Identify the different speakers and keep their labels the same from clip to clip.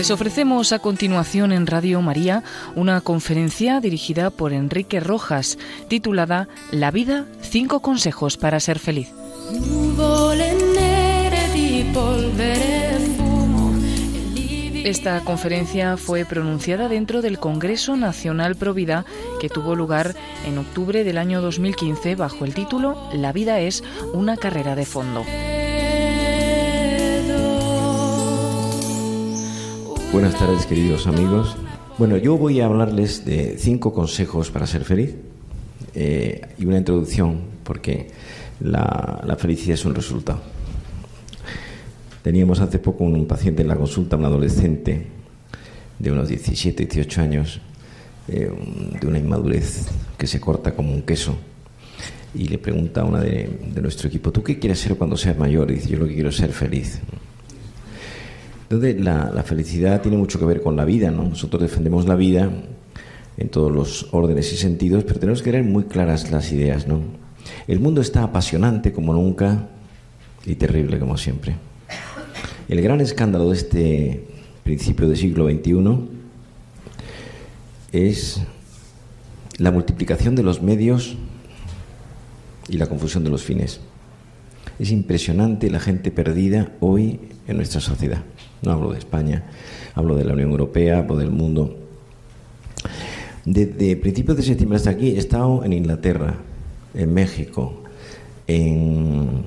Speaker 1: Les ofrecemos a continuación en Radio María una conferencia dirigida por Enrique Rojas, titulada La vida, 5 consejos para ser feliz. Esta conferencia fue pronunciada dentro del Congreso Nacional Provida, que tuvo lugar en octubre del año 2015 bajo el título La vida es una carrera de fondo.
Speaker 2: Buenas tardes, queridos amigos. Bueno, yo voy a hablarles de 5 consejos para ser feliz y una introducción, porque la felicidad es un resultado. Teníamos hace poco un paciente en la consulta, un adolescente de unos 17, 18 años, de una inmadurez que se corta como un queso, y le pregunta a una de nuestro equipo: ¿tú qué quieres ser cuando seas mayor? Y dice: yo lo que quiero es ser feliz. Entonces la felicidad tiene mucho que ver con la vida, ¿no? Nosotros defendemos la vida en todos los órdenes y sentidos, pero tenemos que tener muy claras las ideas, ¿no? El mundo está apasionante como nunca y terrible como siempre. El gran escándalo de este principio del siglo XXI es la multiplicación de los medios y la confusión de los fines. Es impresionante la gente perdida hoy en nuestra sociedad. No hablo de España, hablo de la Unión Europea, hablo del mundo. Desde principios de septiembre hasta aquí he estado en Inglaterra, en México, en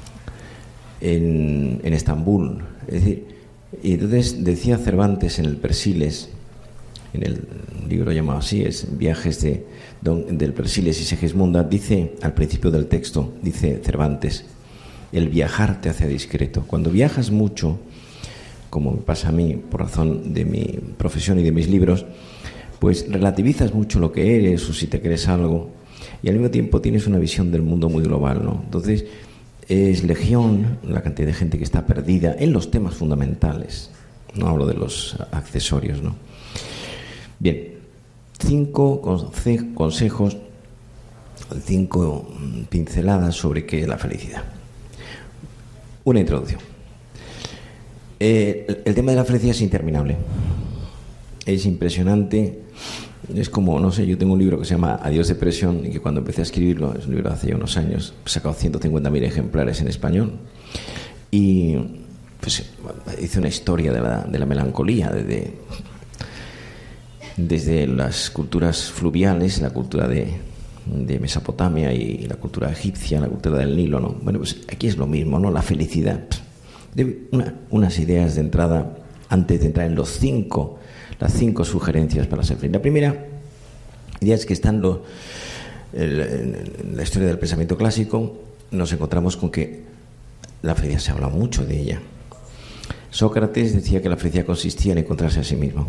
Speaker 2: Estambul. Es decir, y entonces decía Cervantes en el Persiles, en el libro llamado así, es Viajes del Persiles y Segismunda, dice al principio del texto, dice Cervantes: el viajar te hace discreto. Cuando viajas mucho, como me pasa a mí por razón de mi profesión y de mis libros, pues relativizas mucho lo que eres o si te crees algo, y al mismo tiempo tienes una visión del mundo muy global, ¿no? Entonces es legión la cantidad de gente que está perdida en los temas fundamentales. No hablo de los accesorios, ¿no? Bien, 5 consejos, 5 pinceladas sobre qué es la felicidad. Una introducción. El tema de la felicidad es interminable. Es impresionante. Es como, no sé, yo tengo un libro que se llama Adiós Depresión, y que cuando empecé a escribirlo, es un libro de hace ya unos años, he sacado 150.000 ejemplares en español, y pues hice una historia de la melancolía desde las culturas fluviales, la cultura de Mesopotamia y la cultura egipcia, la cultura del Nilo, ¿no? Bueno, pues aquí es lo mismo, ¿no? La felicidad. Unas ideas de entrada antes de entrar en las 5 sugerencias para ser feliz. La primera idea es que estando en la historia del pensamiento clásico, nos encontramos con que la felicidad se habla mucho de ella. Sócrates decía que la felicidad consistía en encontrarse a sí mismo.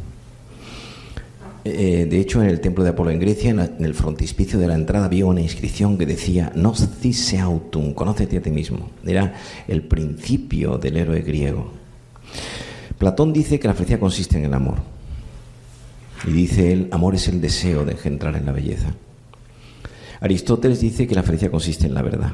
Speaker 2: De hecho, en el templo de Apolo en Grecia, en el frontispicio de la entrada, había una inscripción que decía: Gnosis autum, conócete a ti mismo. Era el principio del héroe griego. Platón dice que la felicidad consiste en el amor. Y dice él: amor es el deseo de engendrar en la belleza. Aristóteles dice que la felicidad consiste en la verdad.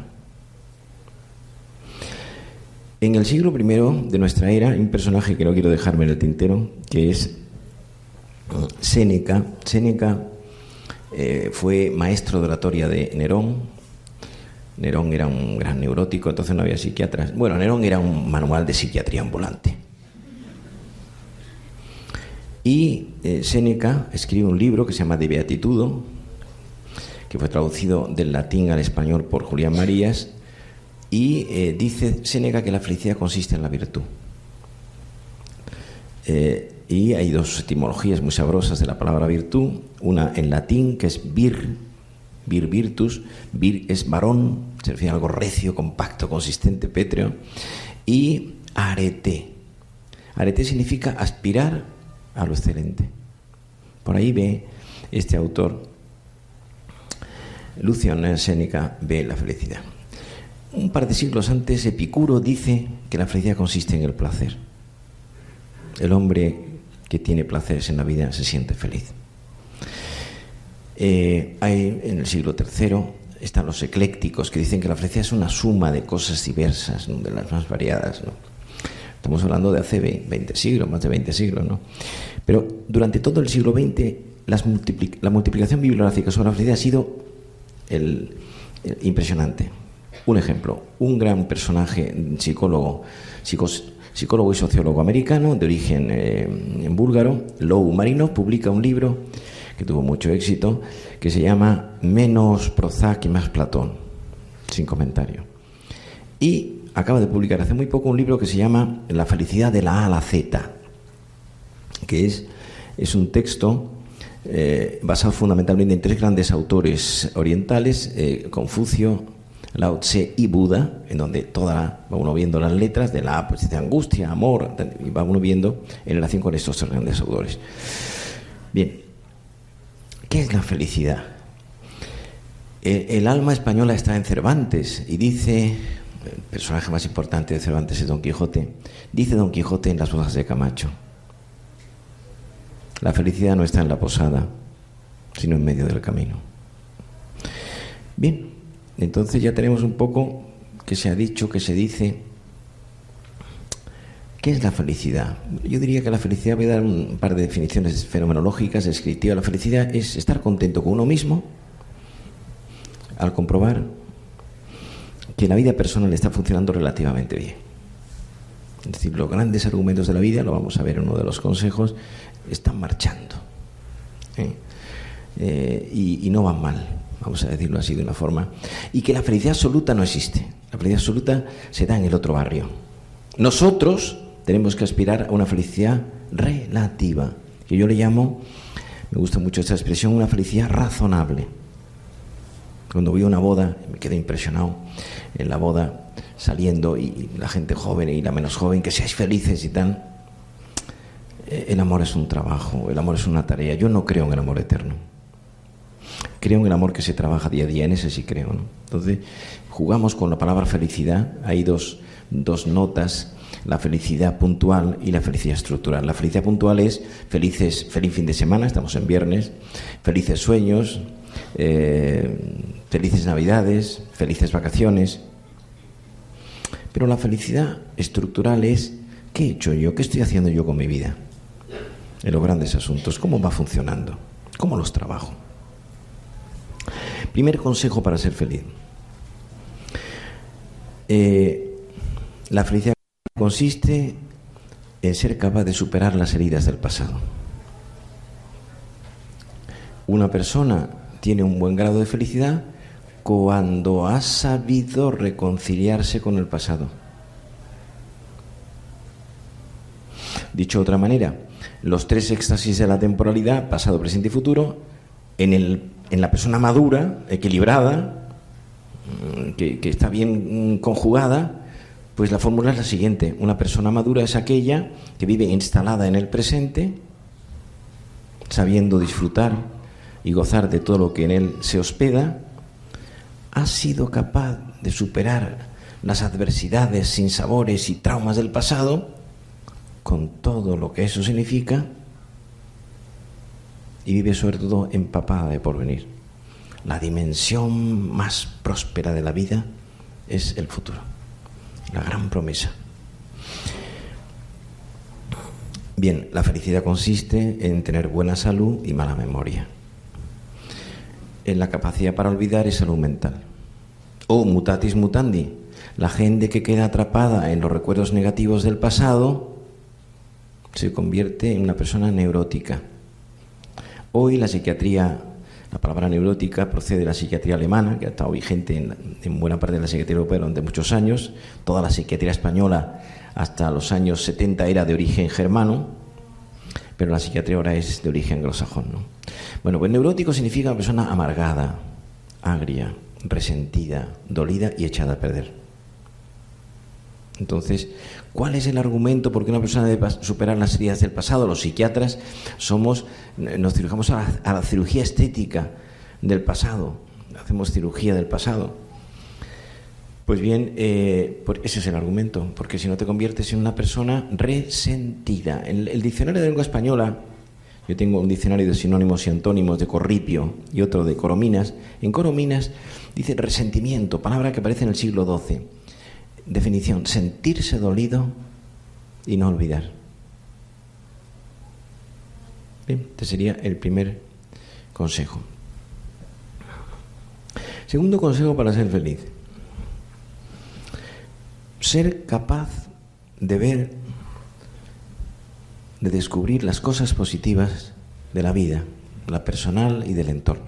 Speaker 2: En el siglo I de nuestra era hay un personaje que no quiero dejarme en el tintero, que es Séneca. Séneca fue maestro de oratoria de Nerón. Nerón era un gran neurótico, entonces no había psiquiatras. Bueno, Nerón era un manual de psiquiatría ambulante. Y Séneca escribe un libro que se llama De Beatitudo, que fue traducido del latín al español por Julián Marías, y dice Séneca que la felicidad consiste en la virtud. Y hay 2 etimologías muy sabrosas de la palabra virtud. Una en latín, que es vir virtus. Vir es varón, se refiere a algo recio, compacto, consistente, pétreo. Y arete. Arete significa aspirar a lo excelente. Por ahí ve este autor, Lucian Séneca, ve la felicidad. Un par de siglos antes, Epicuro dice que la felicidad consiste en el placer. El hombre que tiene placeres en la vida se siente feliz. Hay en el siglo III están los eclécticos, que dicen que la felicidad es una suma de cosas diversas, ¿no?, de las más variadas, ¿no? Estamos hablando de hace 20 siglos, más de 20 siglos, ¿no? Pero durante todo el siglo XX la multiplicación bibliográfica sobre la felicidad ha sido impresionante. Un ejemplo, un gran personaje, psicólogo y sociólogo americano de origen búlgaro, Lou Marinov, publica un libro que tuvo mucho éxito, que se llama Menos Prozac y más Platón, sin comentario. Y acaba de publicar hace muy poco un libro que se llama La felicidad de la A a la Z, que es un texto basado fundamentalmente en tres grandes autores orientales, Confucio, Lao Tse y Buda, en donde va uno viendo las letras de la A, pues dice angustia, amor, y va uno viendo en relación con estos tres grandes autores. Bien, ¿qué es la felicidad? El alma española está en Cervantes y dice, el personaje más importante de Cervantes es Don Quijote, dice Don Quijote en Las bodas de Camacho: la felicidad no está en la posada, sino en medio del camino. Bien, entonces ya tenemos un poco que se ha dicho, que se dice. ¿Qué es la felicidad? Yo diría que la felicidad, voy a dar un par de definiciones fenomenológicas, descriptivas. La felicidad es estar contento con uno mismo al comprobar que la vida personal está funcionando relativamente bien. Es decir, los grandes argumentos de la vida, lo vamos a ver en uno de los consejos, están marchando. Y no van mal, vamos a decirlo así de una forma. Y que la felicidad absoluta no existe. La felicidad absoluta se da en el otro barrio. Nosotros tenemos que aspirar a una felicidad relativa, que yo le llamo, me gusta mucho esta expresión, una felicidad razonable. Cuando vi una boda, me quedé impresionado en la boda, saliendo, y la gente joven y la menos joven, que seáis felices y tal. El amor es un trabajo, el amor es una tarea. Yo no creo en el amor eterno. Creo en el amor que se trabaja día a día, en ese sí creo, ¿no? Entonces, jugamos con la palabra felicidad. Hay dos notas, la felicidad puntual y la felicidad estructural. La felicidad puntual es feliz fin de semana, estamos en viernes, felices sueños, felices navidades, felices vacaciones. Pero la felicidad estructural es ¿qué he hecho yo? ¿Qué estoy haciendo yo con mi vida? En los grandes asuntos, ¿cómo va funcionando? ¿Cómo los trabajo? Primer consejo para ser feliz. La felicidad consiste en ser capaz de superar las heridas del pasado. Una persona tiene un buen grado de felicidad cuando ha sabido reconciliarse con el pasado. Dicho de otra manera, los tres éxtasis de la temporalidad, pasado, presente y futuro, en la persona madura, equilibrada, que está bien conjugada, pues la fórmula es la siguiente: una persona madura es aquella que vive instalada en el presente, sabiendo disfrutar y gozar de todo lo que en él se hospeda, ha sido capaz de superar las adversidades, sinsabores y traumas del pasado, con todo lo que eso significa, y vive sobre todo empapada de porvenir. La dimensión más próspera de la vida es el futuro, la gran promesa. Bien, la felicidad consiste en tener buena salud y mala memoria. En la capacidad para olvidar es salud mental. O mutatis mutandi, la gente que queda atrapada en los recuerdos negativos del pasado se convierte en una persona neurótica. Hoy la psiquiatría, la palabra neurótica procede de la psiquiatría alemana, que ha estado vigente en buena parte de la psiquiatría europea durante muchos años. Toda la psiquiatría española hasta los años 70 era de origen germano, pero la psiquiatría ahora es de origen anglosajón, ¿no? Bueno, pues neurótico significa una persona amargada, agria, resentida, dolida y echada a perder. Entonces, ¿cuál es el argumento por qué una persona debe superar las heridas del pasado? Los psiquiatras nos dirigimos a la cirugía estética del pasado, hacemos cirugía del pasado. Pues bien, ese es el argumento, porque si no te conviertes en una persona resentida. En el diccionario de lengua española, yo tengo un diccionario de sinónimos y antónimos de Corripio y otro de Corominas. En Corominas dice resentimiento, palabra que aparece en el siglo XII. Definición: sentirse dolido y no olvidar. Bien, este sería el primer consejo. Segundo consejo para ser feliz. Ser capaz de ver, de descubrir las cosas positivas de la vida, la personal y del entorno.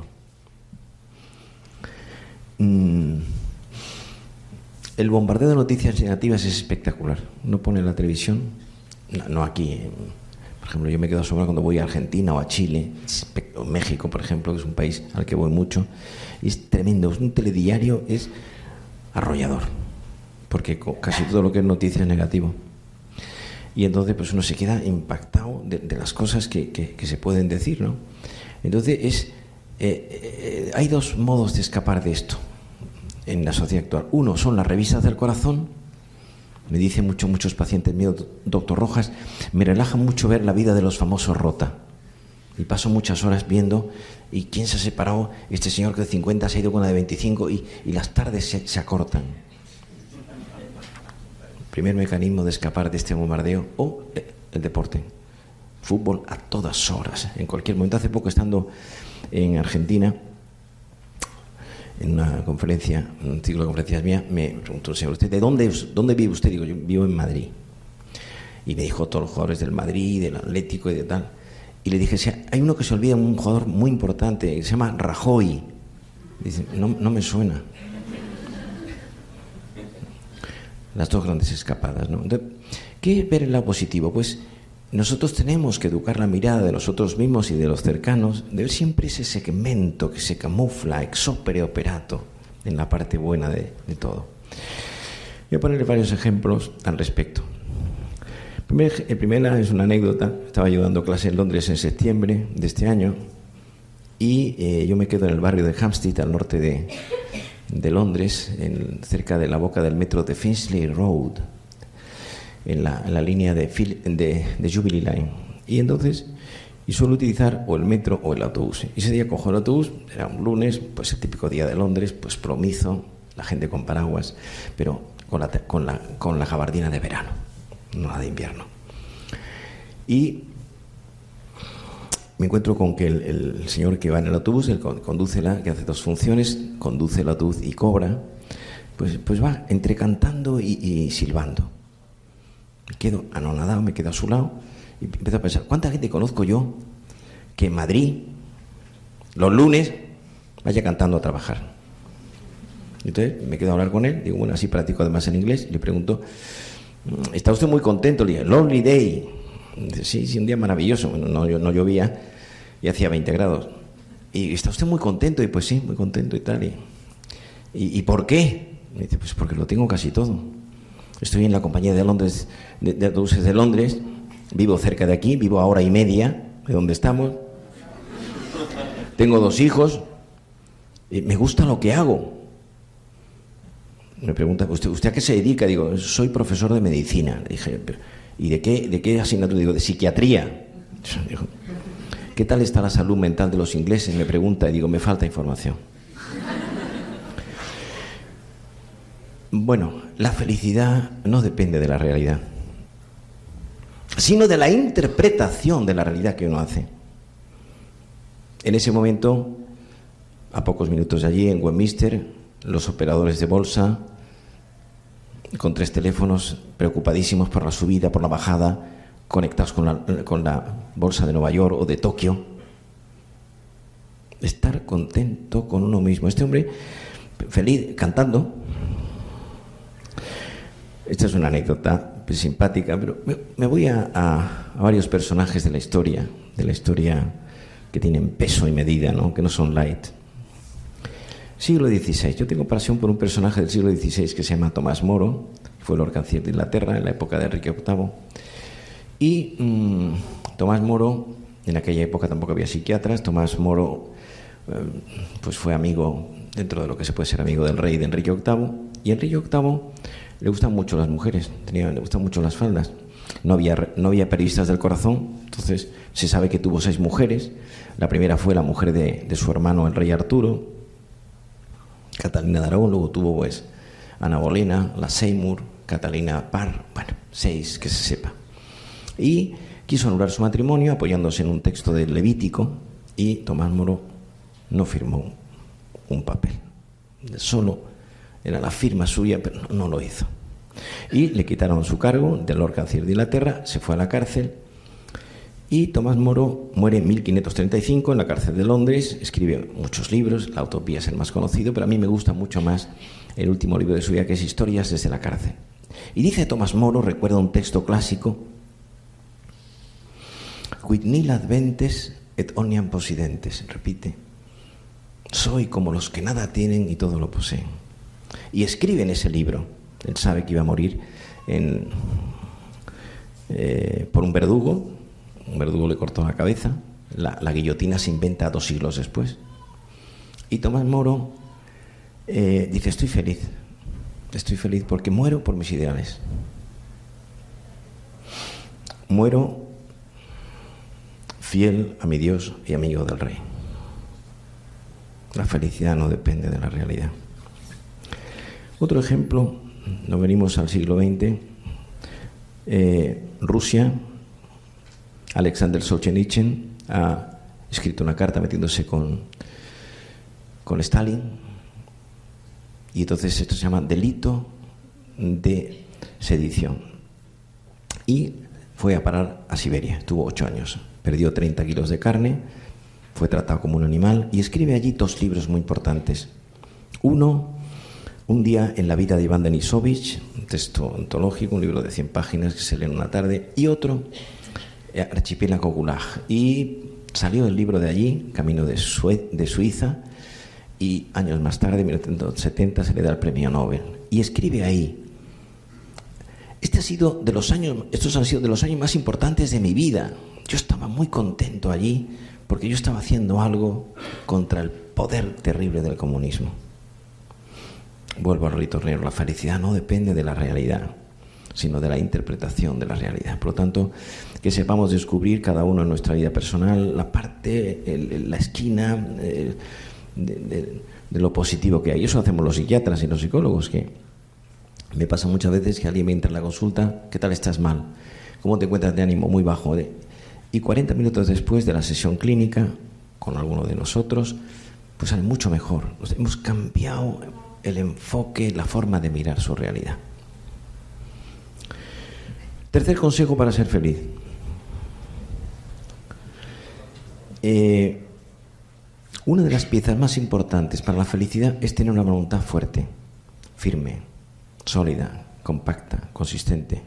Speaker 2: El bombardeo de noticias negativas es espectacular. Uno pone la televisión, no aquí, por ejemplo, yo me quedo asombrado cuando voy a Argentina o a Chile, o México, por ejemplo, que es un país al que voy mucho, y es tremendo. Un telediario es arrollador, porque casi todo lo que es noticia es negativo. Y entonces pues uno se queda impactado de las cosas que se pueden decir, ¿no? Entonces hay dos modos de escapar de esto en la sociedad actual. Uno son las revistas del corazón. Me dicen muchos pacientes míos, doctor Rojas, me relaja mucho ver la vida de los famosos Rota. Y paso muchas horas viendo, ¿y quién se ha separado? Este señor que de 50 se ha ido con una de 25 y las tardes se acortan. Primer mecanismo de escapar de este bombardeo. O el deporte. Fútbol a todas horas, en cualquier momento. Hace poco, estando en Argentina, en una conferencia, en un ciclo de conferencias mía, me preguntó el señor, ¿usted de dónde vive usted? Digo, yo vivo en Madrid. Y me dijo todos los jugadores del Madrid, del Atlético y de tal. Y le dije, hay uno que se olvida, un jugador muy importante, que se llama Rajoy. Dice, no me suena. Las dos grandes escapadas, ¿no? Entonces, ¿qué ver el lado positivo? Pues nosotros tenemos que educar la mirada de nosotros mismos y de los cercanos, de ver siempre ese segmento que se camufla ex opere operato en la parte buena de todo. Voy a ponerle varios ejemplos al respecto. El primero es una anécdota. Estaba yo dando clase en Londres en septiembre de este año y yo me quedo en el barrio de Hampstead, al norte de Londres, cerca de la boca del metro de Finchley Road, en la línea de Jubilee Line. Y entonces, suelo utilizar o el metro o el autobús. Y ese día cojo el autobús, era un lunes, pues el típico día de Londres, pues plomizo, la gente con paraguas, pero con la gabardina de verano, no la de invierno. Y me encuentro con que el señor que va en el autobús, que hace dos funciones, conduce el autobús y cobra, pues va entre cantando y silbando. Me quedo anonadado, me quedo a su lado y empiezo a pensar, ¿cuánta gente conozco yo que en Madrid los lunes vaya cantando a trabajar? Entonces me quedo a hablar con él, digo, bueno, así practico además en inglés, le pregunto, ¿está usted muy contento? Le digo, lovely day. Dice, sí, un día maravilloso. Bueno, no llovía y hacía 20 grados. ¿Y está usted muy contento? Y pues sí, muy contento y tal. ¿Y por qué? Me dice, pues porque lo tengo casi todo. Estoy en la compañía de Londres, de autobuses de Londres, vivo cerca de aquí, vivo a hora y media de donde estamos. Tengo 2 hijos, y me gusta lo que hago. Me pregunta, ¿usted a qué se dedica? Digo, soy profesor de medicina. Le dije, ¿y de qué asignatura? Digo, de psiquiatría. Digo, ¿qué tal está la salud mental de los ingleses? Me pregunta y digo, me falta información. Bueno, la felicidad no depende de la realidad, sino de la interpretación de la realidad que uno hace. En ese momento, a pocos minutos de allí, en Westminster, los operadores de bolsa, con 3 teléfonos, preocupadísimos por la subida, por la bajada, conectados con la bolsa de Nueva York o de Tokio. Estar contento con uno mismo. Este hombre, feliz, cantando. Esta es una anécdota simpática, pero me voy a varios personajes de la historia que tienen peso y medida, ¿no? Que no son light. Siglo XVI. Yo tengo pasión por un personaje del siglo XVI que se llama Tomás Moro, fue Lord Canciller de Inglaterra en la época de Enrique VIII. Y Tomás Moro, en aquella época tampoco había psiquiatras. Tomás Moro pues fue amigo, dentro de lo que se puede ser amigo del rey de Enrique VIII. Y a Enrique VIII le gustan mucho las mujeres, le gustan mucho las faldas. No había periodistas del corazón, entonces se sabe que tuvo 6 mujeres. La primera fue la mujer de su hermano, el rey Arturo, Catalina de Aragón. Luego tuvo Ana Bolena, la Seymour, Catalina Parr, bueno, 6 que se sepa. y quiso anular su matrimonio apoyándose en un texto del Levítico, y Tomás Moro no firmó un papel. Solo era la firma suya, pero no lo hizo. Y le quitaron su cargo de Lord Canciller de Inglaterra, se fue a la cárcel, y Tomás Moro muere en 1535 en la cárcel de Londres. Escribe muchos libros, La Utopía es el más conocido, pero a mí me gusta mucho más el último libro de su vida, que es Historias desde la cárcel. Y dice Tomás Moro, recuerda un texto clásico: Quid nil adventes et omnium possidentes. Repite: soy como los que nada tienen y todo lo poseen. Y escribe en ese libro, él sabe que iba a morir por un verdugo le cortó la cabeza, la guillotina se inventa 2 siglos después. Y Tomás Moro dice: estoy feliz porque muero por mis ideales. Muero fiel a mi Dios y amigo del Rey. La felicidad no depende de la realidad. Otro ejemplo, nos venimos al siglo XX, Rusia. Alexander Solzhenitsyn ha escrito una carta metiéndose con Stalin, y entonces esto se llama delito de sedición, y fue a parar a Siberia. Estuvo 8 años, perdió 30 kilos de carne, fue tratado como un animal, y escribe allí 2 libros muy importantes. Uno, Un día en la vida de Iván Denisovich, un texto ontológico, un libro de 100 páginas que se lee en una tarde, y otro, Archipiélago Gulag. Y salió el libro de allí, camino de Suiza, y años más tarde, en 1970, se le da el premio Nobel. Y escribe ahí: estos han sido de los años más importantes de mi vida. Yo estaba muy contento allí porque yo estaba haciendo algo contra el poder terrible del comunismo. Vuelvo al ritornero: la felicidad no depende de la realidad, sino de la interpretación de la realidad. Por lo tanto, que sepamos descubrir cada uno en nuestra vida personal la parte, la esquina de lo positivo que hay. Eso hacemos los psiquiatras y los psicólogos, que me pasa muchas veces que alguien me entra en la consulta: ¿qué tal estás? Mal. ¿Cómo te encuentras de ánimo? Muy bajo. Y 40 minutos después de la sesión clínica con alguno de nosotros, pues sale mucho mejor. Hemos cambiado el enfoque, la forma de mirar su realidad. Tercer consejo para ser feliz. Una de las piezas más importantes para la felicidad es tener una voluntad fuerte, firme, sólida, compacta, consistente.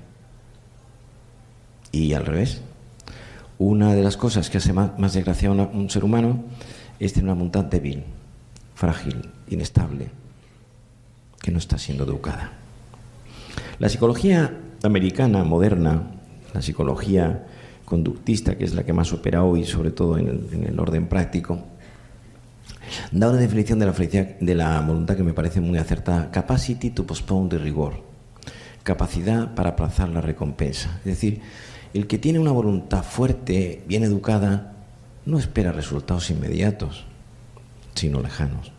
Speaker 2: Y al revés, una de las cosas que hace más desgraciado a un ser humano es tener una voluntad débil, frágil, inestable, que no está siendo educada. La psicología americana moderna, la psicología conductista, que es la que más opera hoy, sobre todo en el orden práctico, da una definición de la felicidad, de la voluntad, que me parece muy acertada: capacity to postpone the reward, capacidad para aplazar la recompensa. Es decir, el que tiene una voluntad fuerte, bien educada, no espera resultados inmediatos, sino lejanos.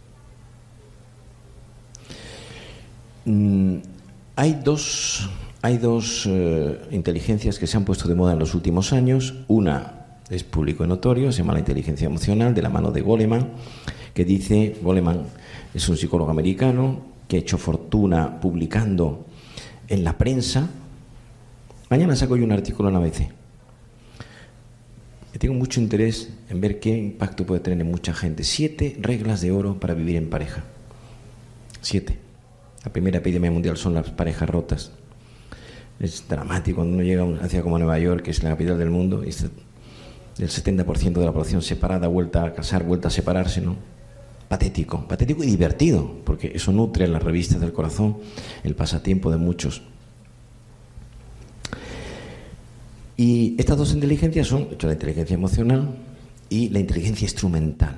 Speaker 2: Hay dos inteligencias que se han puesto de moda en los últimos años. Una es público y notorio, se llama la inteligencia emocional, de la mano de Goleman, que dice: Goleman es un psicólogo americano que ha hecho fortuna publicando en la prensa. Mañana saco yo un artículo en ABC. Tengo mucho interés en ver qué impacto puede tener en mucha gente. 7 reglas de oro para vivir en pareja. 7. La primera epidemia mundial son las parejas rotas. Es dramático cuando uno llega a una ciudad como Nueva York, que es la capital del mundo, y el 70% de la población separada, vuelta a casar, vuelta a separarse, ¿no? Patético y divertido, porque eso nutre las revistas del corazón, el pasatiempo de muchos. Y estas 2 inteligencias son la inteligencia emocional y la inteligencia instrumental.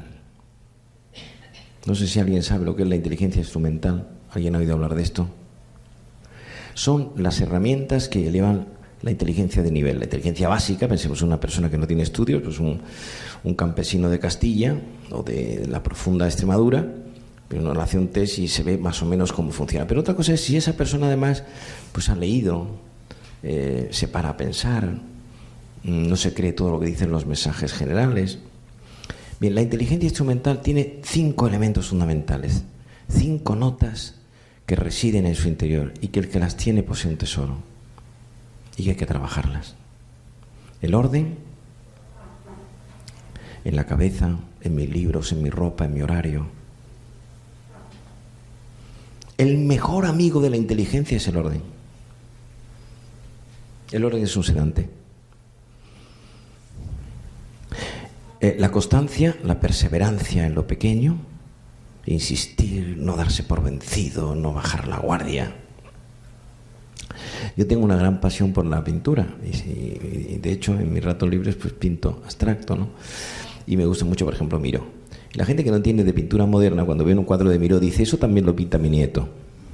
Speaker 2: No sé si alguien sabe lo que es la inteligencia instrumental. ¿Alguien ha oído hablar de esto? Son las herramientas que elevan la inteligencia de nivel. La inteligencia básica, pensemos en una persona que no tiene estudios, pues un campesino de Castilla o de la profunda Extremadura, pero no le hace un test y se ve más o menos cómo funciona. Pero otra cosa es si esa persona además pues ha leído, se para a pensar, no se cree todo lo que dicen los mensajes generales. Bien, la inteligencia instrumental tiene 5 elementos fundamentales, 5 notas que residen en su interior y que el que las tiene posee un tesoro y que hay que trabajarlas. El orden, en la cabeza, en mis libros, en mi ropa, en mi horario. El mejor amigo de la inteligencia es el orden. El orden es un sedante. La constancia, la perseverancia en lo pequeño, insistir, no darse por vencido, no bajar la guardia. Yo tengo una gran pasión por la pintura y de hecho en mis ratos libres pues pinto abstracto, ¿no? Y me gusta mucho, por ejemplo, Miró. Y la gente que no entiende de pintura moderna, cuando ve un cuadro de Miró, dice, eso también lo pinta mi nieto.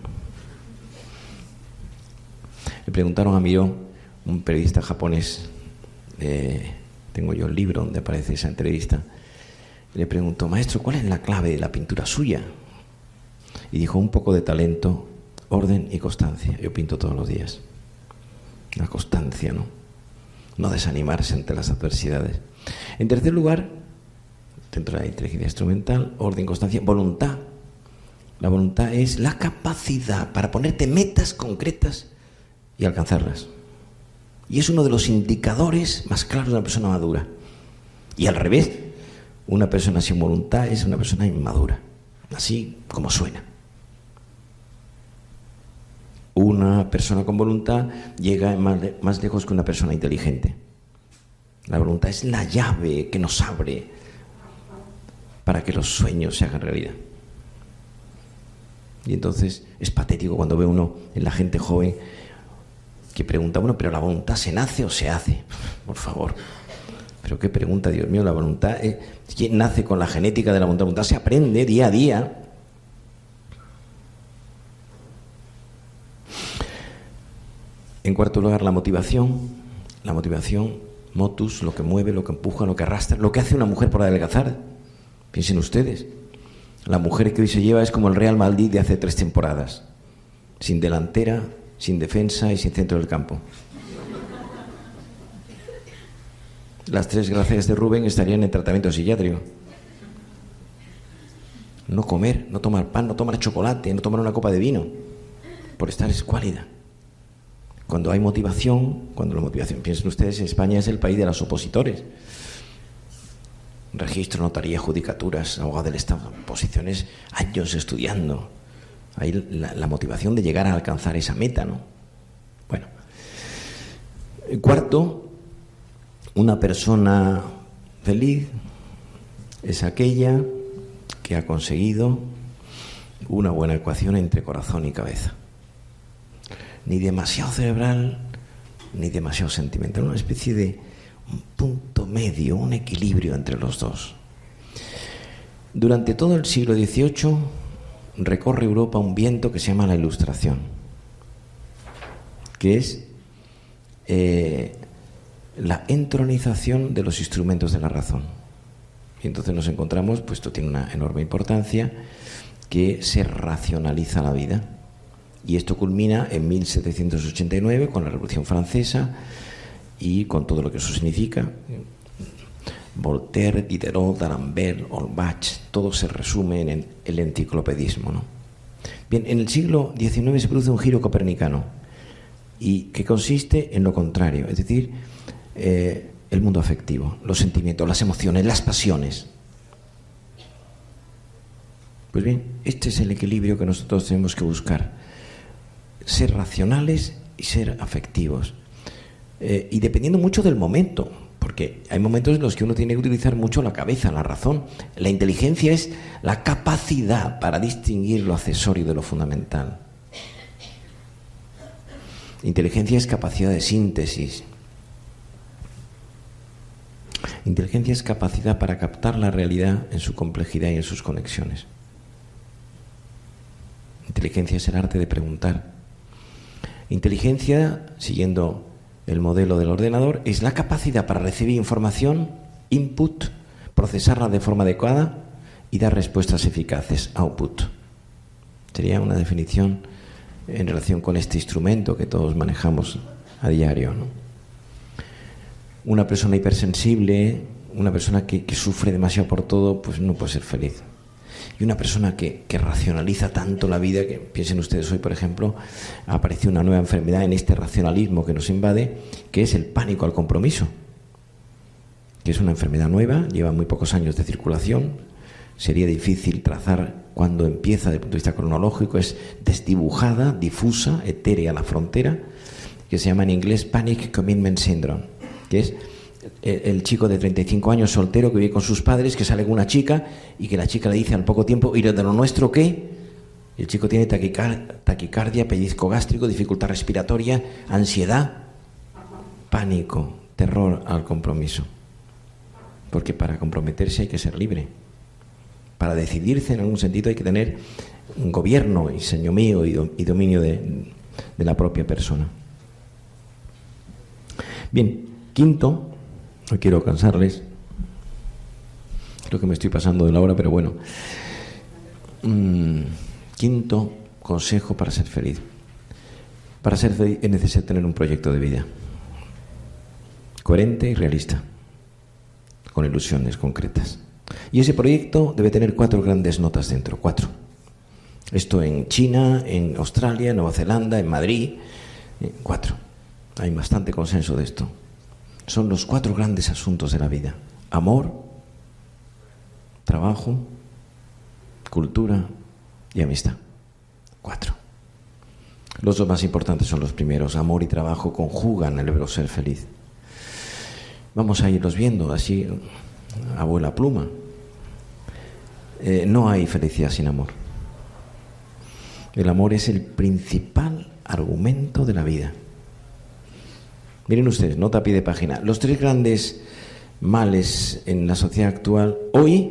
Speaker 2: Le preguntaron a Miró, un periodista japonés, tengo yo el libro donde aparece esa entrevista, le preguntó, maestro, ¿cuál es la clave de la pintura suya? Y dijo, un poco de talento, orden y constancia. Yo pinto todos los días. La constancia, ¿no? No desanimarse ante las adversidades. En tercer lugar, dentro de la inteligencia instrumental, orden, constancia, voluntad. La voluntad es la capacidad para ponerte metas concretas y alcanzarlas. Y es uno de los indicadores más claros de una persona madura. Y al revés, una persona sin voluntad es una persona inmadura, así como suena. Una persona con voluntad llega más lejos que una persona inteligente. La voluntad es la llave que nos abre para que los sueños se hagan realidad. Y entonces es patético cuando ve uno en la gente joven que pregunta, bueno, pero ¿la voluntad se nace o se hace? Por favor. Pero qué pregunta, Dios mío, la voluntad, ¿quién nace con la genética de la voluntad? La voluntad se aprende día a día. En cuarto lugar, la motivación. La motivación, motus, lo que mueve, lo que empuja, lo que arrastra, lo que hace una mujer por adelgazar. Piensen ustedes, la mujer que hoy se lleva es como el Real Madrid de hace 3 temporadas, sin delantera, sin defensa y sin centro del campo. Las 3 gracias de Rubén estarían en tratamiento psiquiátrico. No comer, no tomar pan, no tomar chocolate, no tomar una copa de vino, por estar escuálida. Cuando hay motivación, piensen ustedes, España es el país de los opositores. Registro, notaría, judicaturas, abogado del Estado, posiciones, años estudiando. Hay la motivación de llegar a alcanzar esa meta, ¿no? Bueno. Cuarto, una persona feliz es aquella que ha conseguido una buena ecuación entre corazón y cabeza. Ni demasiado cerebral, ni demasiado sentimental. Una especie de un punto medio, un equilibrio entre los dos. Durante todo el siglo XVIII recorre Europa un viento que se llama la Ilustración, que es la entronización de los instrumentos de la razón. Y entonces nos encontramos, pues esto tiene una enorme importancia, que se racionaliza la vida. Y esto culmina en 1789 con la Revolución Francesa y con todo lo que eso significa. Voltaire, Diderot, D'Alembert, Holbach, todo se resume en el enciclopedismo, ¿no? Bien, en el siglo XIX se produce un giro copernicano y que consiste en lo contrario, es decir, el mundo afectivo, los sentimientos, las emociones, las pasiones. Pues bien, este es el equilibrio que nosotros tenemos que buscar. Ser racionales y ser afectivos. Y dependiendo mucho del momento, porque hay momentos en los que uno tiene que utilizar mucho la cabeza, la razón. La inteligencia es la capacidad para distinguir lo accesorio de lo fundamental. Inteligencia es capacidad de síntesis. Inteligencia es capacidad para captar la realidad en su complejidad y en sus conexiones. Inteligencia es el arte de preguntar. Inteligencia, siguiendo el modelo del ordenador, es la capacidad para recibir información, input, procesarla de forma adecuada y dar respuestas eficaces, output. Sería una definición en relación con este instrumento que todos manejamos a diario, ¿no? Una persona hipersensible, una persona que sufre demasiado por todo, pues no puede ser feliz. Y una persona que racionaliza tanto la vida, que piensen ustedes, hoy por ejemplo ha aparecido una nueva enfermedad en este racionalismo que nos invade, que es el pánico al compromiso, que es una enfermedad nueva, lleva muy pocos años de circulación, sería difícil trazar cuándo empieza desde el punto de vista cronológico, es desdibujada, difusa, etérea la frontera, que se llama en inglés Panic Commitment Syndrome, que es el chico de 35 años soltero que vive con sus padres, que sale con una chica y que la chica le dice al poco tiempo: ¿y de lo nuestro qué? Y el chico tiene taquicardia, pellizco gástrico, dificultad respiratoria, ansiedad, pánico, terror al compromiso. Porque para comprometerse hay que ser libre. Para decidirse en algún sentido hay que tener un gobierno y señorío y dominio de la propia persona. Bien, quinto, no quiero cansarles, creo que me estoy pasando de la hora, pero bueno. Quinto consejo para ser feliz. Para ser feliz es necesario tener un proyecto de vida coherente y realista, con ilusiones concretas. Y ese proyecto debe tener 4 grandes notas dentro, 4. Esto en China, en Australia, en Nueva Zelanda, en Madrid, 4. Hay bastante consenso de esto. Son los 4 grandes asuntos de la vida: amor, trabajo, cultura y amistad. 4. Los 2 más importantes son los primeros. Amor y trabajo conjugan el verbo ser feliz. Vamos a irlos viendo así, abuela pluma. No hay felicidad sin amor. El amor es el principal argumento de la vida. Miren ustedes, nota a pie de página. Los 3 grandes males en la sociedad actual hoy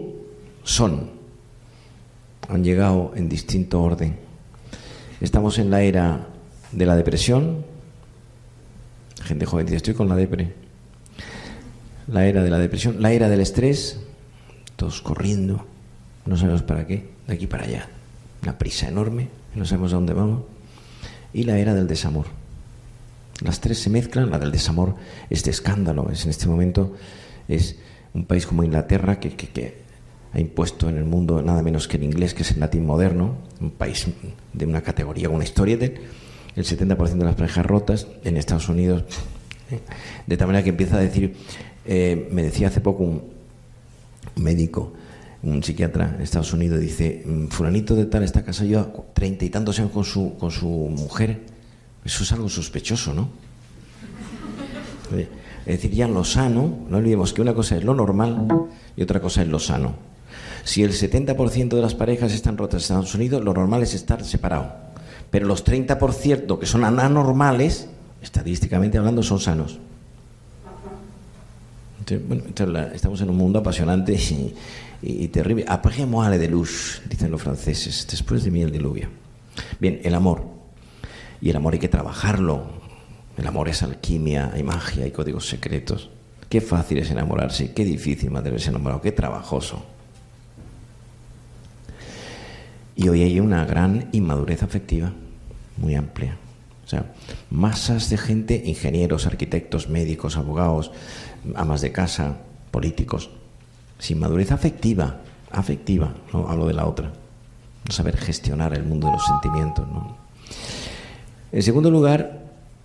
Speaker 2: han llegado en distinto orden. Estamos en la era de la depresión. Gente joven dice: estoy con la depre. La era de la depresión, la era del estrés, todos corriendo, no sabemos para qué, de aquí para allá, una prisa enorme, no sabemos a dónde vamos. Y la era del desamor. Las 3 se mezclan. La del desamor, este escándalo, es en este momento, es un país como Inglaterra que ha impuesto en el mundo nada menos que el inglés, que es el latín moderno, un país de una categoría, una historia del 70% de las parejas rotas. En Estados Unidos, de tal manera que empieza a decir, me decía hace poco un médico, un psiquiatra en Estados Unidos, dice: fulanito de tal está casado ya 30 y tantos años con su mujer. Eso es algo sospechoso, ¿no? Es decir, ya en lo sano, no olvidemos que una cosa es lo normal y otra cosa es lo sano. Si el 70% de las parejas están rotas en Estados Unidos, lo normal es estar separado. Pero los 30% que son anormales, estadísticamente hablando, son sanos. Entonces, estamos en un mundo apasionante y terrible. Après moi le déluge, dicen los franceses, después de mí el diluvio. Bien, el amor. Y el amor hay que trabajarlo. El amor es alquimia, hay magia, hay códigos secretos. Qué fácil es enamorarse, qué difícil mantenerse enamorado, qué trabajoso. Y hoy hay una gran inmadurez afectiva, muy amplia. O sea, masas de gente, ingenieros, arquitectos, médicos, abogados, amas de casa, políticos, sin madurez afectiva, no hablo de la otra. No saber gestionar el mundo de los sentimientos, ¿no? En segundo lugar,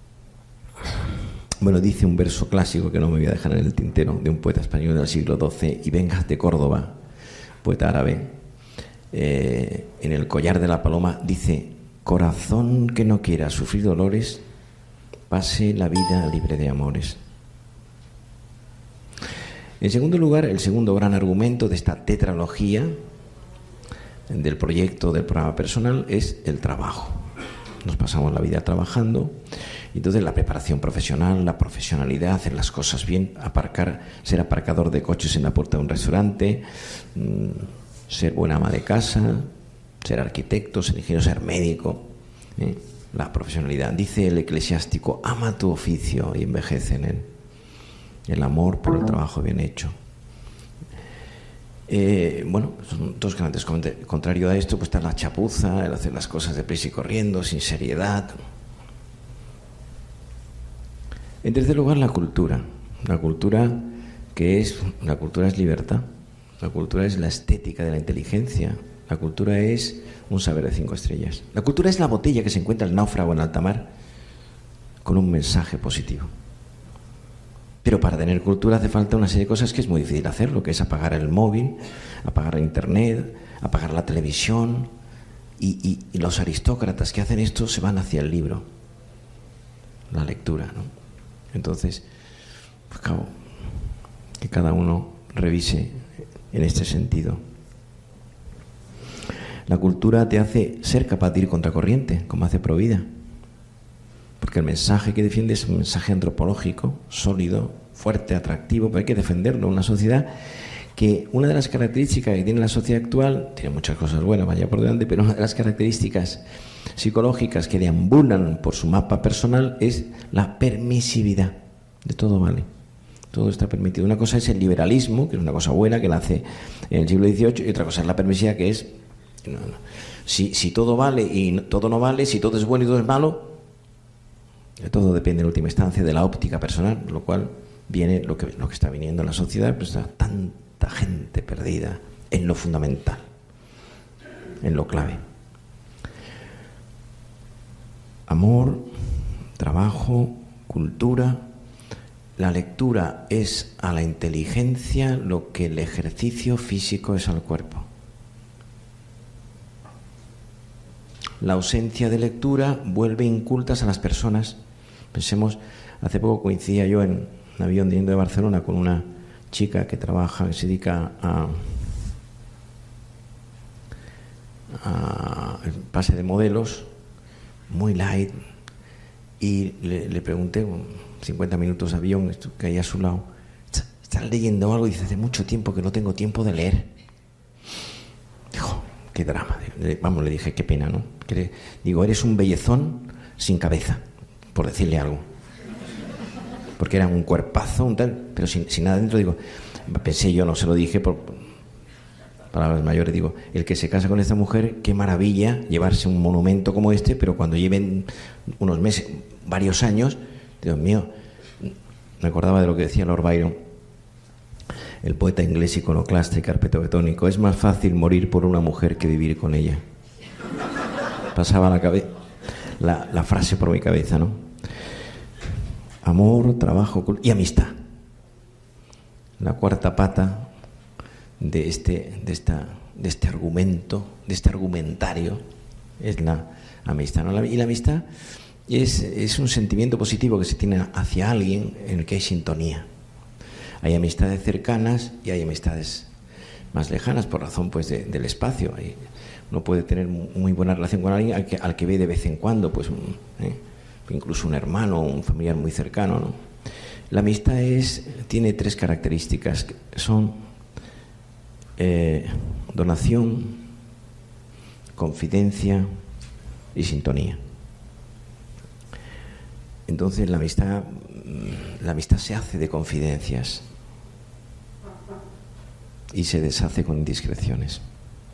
Speaker 2: dice un verso clásico que no me voy a dejar en el tintero, de un poeta español del siglo XII, Ibáñez de Córdoba, poeta árabe, en el collar de la paloma, dice: corazón que no quiera sufrir dolores, pase la vida libre de amores. En segundo lugar, el segundo gran argumento de esta tetralogía del proyecto del programa personal es el trabajo. Nos pasamos la vida trabajando, y entonces la preparación profesional, la profesionalidad, hacer las cosas bien, ser aparcador de coches en la puerta de un restaurante, ser buena ama de casa, ser arquitecto, ser ingeniero, ser médico, la profesionalidad. Dice el eclesiástico: ama tu oficio y envejece en él. El amor por el trabajo bien hecho. Son 2 grandes. Contrario a esto, pues está la chapuza, el hacer las cosas deprisa y corriendo, sin seriedad. En tercer lugar, la cultura. La cultura es libertad. La cultura es la estética de la inteligencia. La cultura es un saber de 5 estrellas. La cultura es la botella que se encuentra el náufrago en alta mar con un mensaje positivo. Pero para tener cultura hace falta una serie de cosas que es muy difícil hacerlo, que es apagar el móvil, apagar la internet, apagar la televisión. Y los aristócratas que hacen esto se van hacia el libro, la lectura, ¿no? Entonces, pues claro, que cada uno revise en este sentido. La cultura te hace ser capaz de ir contracorriente, como hace Provida. Porque el mensaje que defiende es un mensaje antropológico, sólido, fuerte, atractivo, pero hay que defenderlo. Una sociedad que una de las características que tiene la sociedad actual, tiene muchas cosas buenas, vaya por delante, pero una de las características psicológicas que deambulan por su mapa personal es la permisividad. De todo vale. Todo está permitido. Una cosa es el liberalismo, que es una cosa buena, que nace en el siglo XVIII, y otra cosa es la permisividad, que es si todo vale y todo no vale, si todo es bueno y todo es malo. Todo depende en última instancia de la óptica personal, lo cual viene lo que está viniendo en la sociedad, pues está tanta gente perdida en lo fundamental, en lo clave. Amor, trabajo, cultura. La lectura es a la inteligencia lo que el ejercicio físico es al cuerpo. La ausencia de lectura vuelve incultas a las personas. Pensemos, hace poco coincidía yo en un avión viniendo de Barcelona con una chica que trabaja, que se dedica a pase de modelos, muy light, y le pregunté, 50 minutos de avión, que hay a su lado, ¿estás leyendo algo? Y dice, hace mucho tiempo que no tengo tiempo de leer. Dijo, qué drama. Vamos, le dije, qué pena, ¿no? Digo, eres un bellezón sin cabeza, por decirle algo. Porque era un cuerpazo, un tal, pero sin nada dentro. Digo, pensé yo, no se lo dije por palabras mayores, digo, el que se casa con esta mujer, qué maravilla llevarse un monumento como este, pero cuando lleven unos meses, varios años, Dios mío, me acordaba de lo que decía Lord Byron, el poeta inglés iconoclasta y carpetobetónico: es más fácil morir por una mujer que vivir con ella. Pasaba la frase por mi cabeza, ¿no? Amor, trabajo y amistad. La cuarta pata de este argumento, de este argumentario, es la amistad, ¿no? Y la amistad es un sentimiento positivo que se tiene hacia alguien en el que hay sintonía. Hay amistades cercanas y hay amistades más lejanas por razón pues del espacio. Uno puede tener muy buena relación con alguien al que ve de vez en cuando, pues incluso un hermano o un familiar muy cercano, ¿no? La amistad tiene 3 características, que son donación, confidencia y sintonía. Entonces la amistad se hace de confidencias y se deshace con indiscreciones.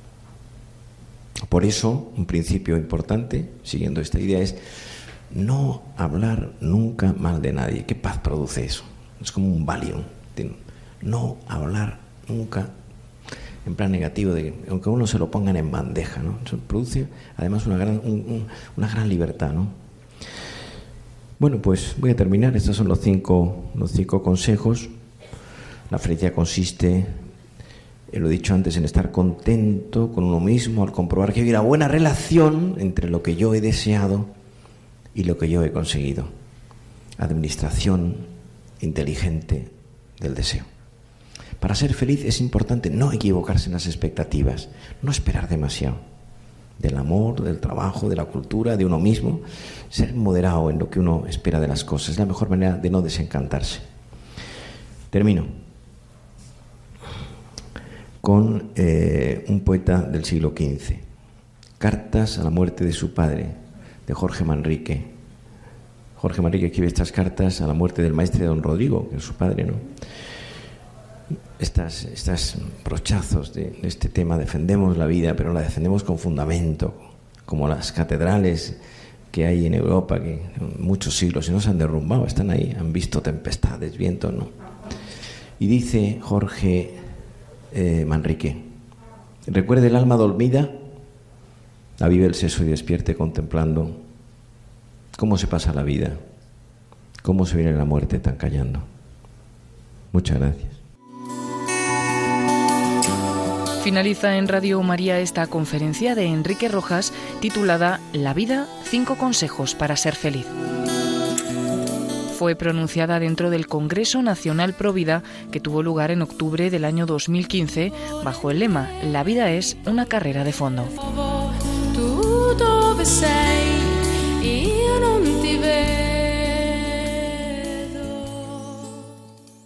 Speaker 2: Por eso, un principio importante, siguiendo esta idea, es no hablar nunca mal de nadie. ¿Qué paz produce eso? Es como un Valium. No hablar nunca en plan negativo, aunque uno se lo pongan en bandeja, ¿no? Eso produce además una gran libertad, ¿no? Bueno, pues voy a terminar. Estos son los cinco consejos. La felicidad consiste, lo he dicho antes, en estar contento con uno mismo al comprobar que hay una buena relación entre lo que yo he deseado y lo que yo he conseguido. Administración inteligente del deseo. Para ser feliz es importante no equivocarse en las expectativas, no esperar demasiado. Del amor, del trabajo, de la cultura, de uno mismo, ser moderado en lo que uno espera de las cosas. Es la mejor manera de no desencantarse. Termino con un poeta del siglo XV, Cartas a la muerte de su padre, de Jorge Manrique. Jorge Manrique escribe estas cartas a la muerte del maestre don Rodrigo, que es su padre, ¿no? Estas brochazos de este tema, defendemos la vida, pero la defendemos con fundamento, como las catedrales que hay en Europa, que muchos siglos y no se han derrumbado, están ahí, han visto tempestades, vientos, ¿no? Y dice Jorge Manrique: recuerde el alma dormida, avive el seso y despierte contemplando cómo se pasa la vida, cómo se viene la muerte tan callando. Muchas gracias.
Speaker 1: Finaliza en Radio María esta conferencia de Enrique Rojas titulada La vida, 5 consejos para ser feliz. Fue pronunciada dentro del Congreso Nacional Provida que tuvo lugar en octubre del año 2015 bajo el lema La vida es una carrera de fondo.
Speaker 3: Tu dove sei? Io non ti vedo.